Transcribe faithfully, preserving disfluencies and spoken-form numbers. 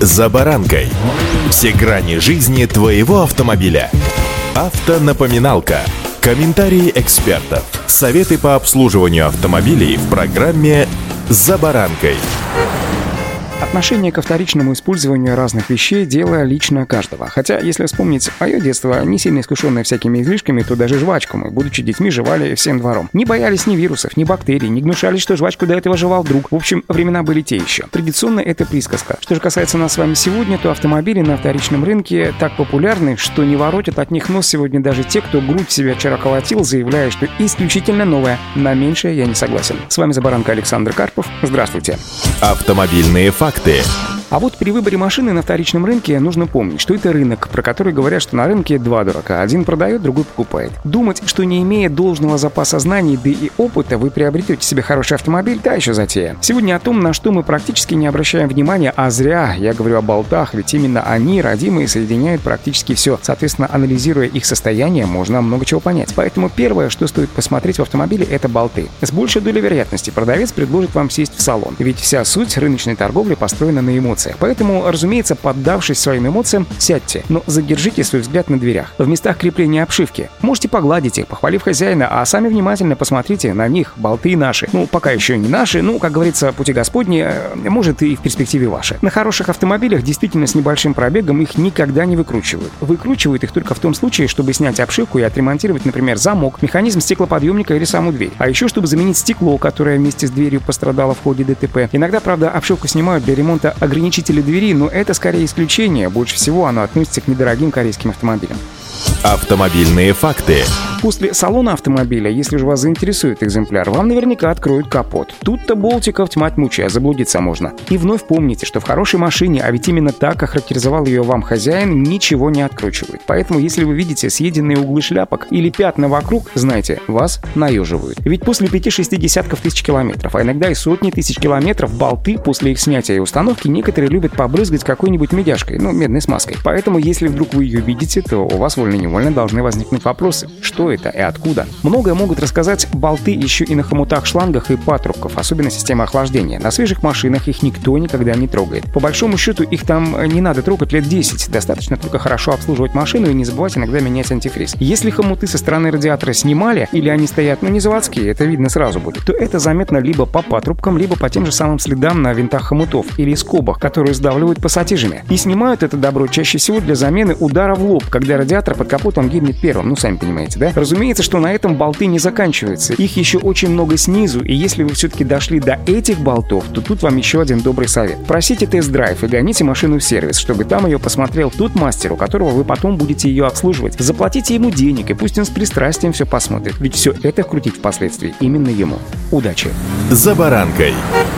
«За баранкой». Все грани жизни твоего автомобиля. Автонапоминалка. Комментарии экспертов. Советы по обслуживанию автомобилей в программе «За баранкой». Отношение ко вторичному использованию разных вещей – дело лично каждого. Хотя, если вспомнить мое детство, не сильно искушенное всякими излишками, то даже жвачку мы, будучи детьми, жевали всем двором. Не боялись ни вирусов, ни бактерий, не гнушались, что жвачку до этого жевал друг. В общем, времена были те еще. Традиционно это присказка. Что же касается нас с вами сегодня, то автомобили на вторичном рынке так популярны, что не воротят от них нос сегодня даже те, кто грудь себя вчера колотил, заявляя, что исключительно новое. На меньшее я не согласен. С вами «За баранкой» Александр Карпов. Здравствуйте. Автомобильные факты. А вот при выборе машины на вторичном рынке нужно помнить, что это рынок, про который говорят, что на рынке два дурака. Один продает, другой покупает. Думать, что не имея должного запаса знаний, да и опыта, вы приобретете себе хороший автомобиль, та еще затея. Сегодня о том, на что мы практически не обращаем внимания, а зря. Я говорю о болтах, ведь именно они, родимые, соединяют практически все. Соответственно, анализируя их состояние, можно много чего понять. Поэтому первое, что стоит посмотреть в автомобиле, это болты. С большей долей вероятности продавец предложит вам сесть в салон. Ведь вся суть рыночной торговли построена на эмоциях. Поэтому, разумеется, поддавшись своим эмоциям, сядьте, но задержите свой взгляд на дверях. В местах крепления обшивки. Можете погладить их, похвалив хозяина, а сами внимательно посмотрите на них, болты наши. Ну, пока еще не наши, ну, как говорится, пути Господни, может и в перспективе ваши. На хороших автомобилях, действительно с небольшим пробегом, их никогда не выкручивают. Выкручивают их только в том случае, чтобы снять обшивку и отремонтировать, например, замок, механизм стеклоподъемника или саму дверь. А еще, чтобы заменить стекло, которое вместе с дверью пострадало в ходе ДТП. Иногда, правда, обшивку снимают для ремонта ограничителей двери, но это скорее исключение. Больше всего оно относится к недорогим корейским автомобилям. Автомобильные факты. После салона автомобиля, если же вас заинтересует экземпляр, вам наверняка откроют капот. Тут-то болтиков тьма тьмучая, заблудиться можно. И вновь помните, что в хорошей машине, а ведь именно так охарактеризовал ее вам хозяин, ничего не откручивают. Поэтому, если вы видите съеденные углы шляпок или пятна вокруг, знайте, вас наеживают. Ведь после пяти-шести десятков тысяч километров, а иногда и сотни тысяч километров, болты после их снятия и установки некоторые любят побрызгать какой-нибудь медяшкой, ну, медной смазкой. Поэтому, если вдруг вы ее видите, то у вас вольно-невольно должны возникнуть вопросы. Что это и откуда? Многое могут рассказать болты еще и на хомутах, шлангах и патрубках, особенно система охлаждения. На свежих машинах их никто никогда не трогает. По большому счету, их там не надо трогать лет десять. Достаточно только хорошо обслуживать машину и не забывать иногда менять антифриз. Если хомуты со стороны радиатора снимали, или они стоят, ну, не заводские, это видно сразу будет, то это заметно либо по патрубкам, либо по тем же самым следам на винтах хомутов или скобах, которые сдавливают пассатижами. И снимают это добро чаще всего для замены удара в лоб, когда радиатор под капотом гибнет первым, ну, сами понимаете, да? Разумеется, что на этом болты не заканчиваются. Их еще очень много снизу, и если вы все-таки дошли до этих болтов, то тут вам еще один добрый совет. Просите тест-драйв и гоните машину в сервис, чтобы там ее посмотрел тот мастер, у которого вы потом будете ее обслуживать. Заплатите ему денег, и пусть он с пристрастием все посмотрит. Ведь все это крутить впоследствии именно ему. Удачи! «За баранкой».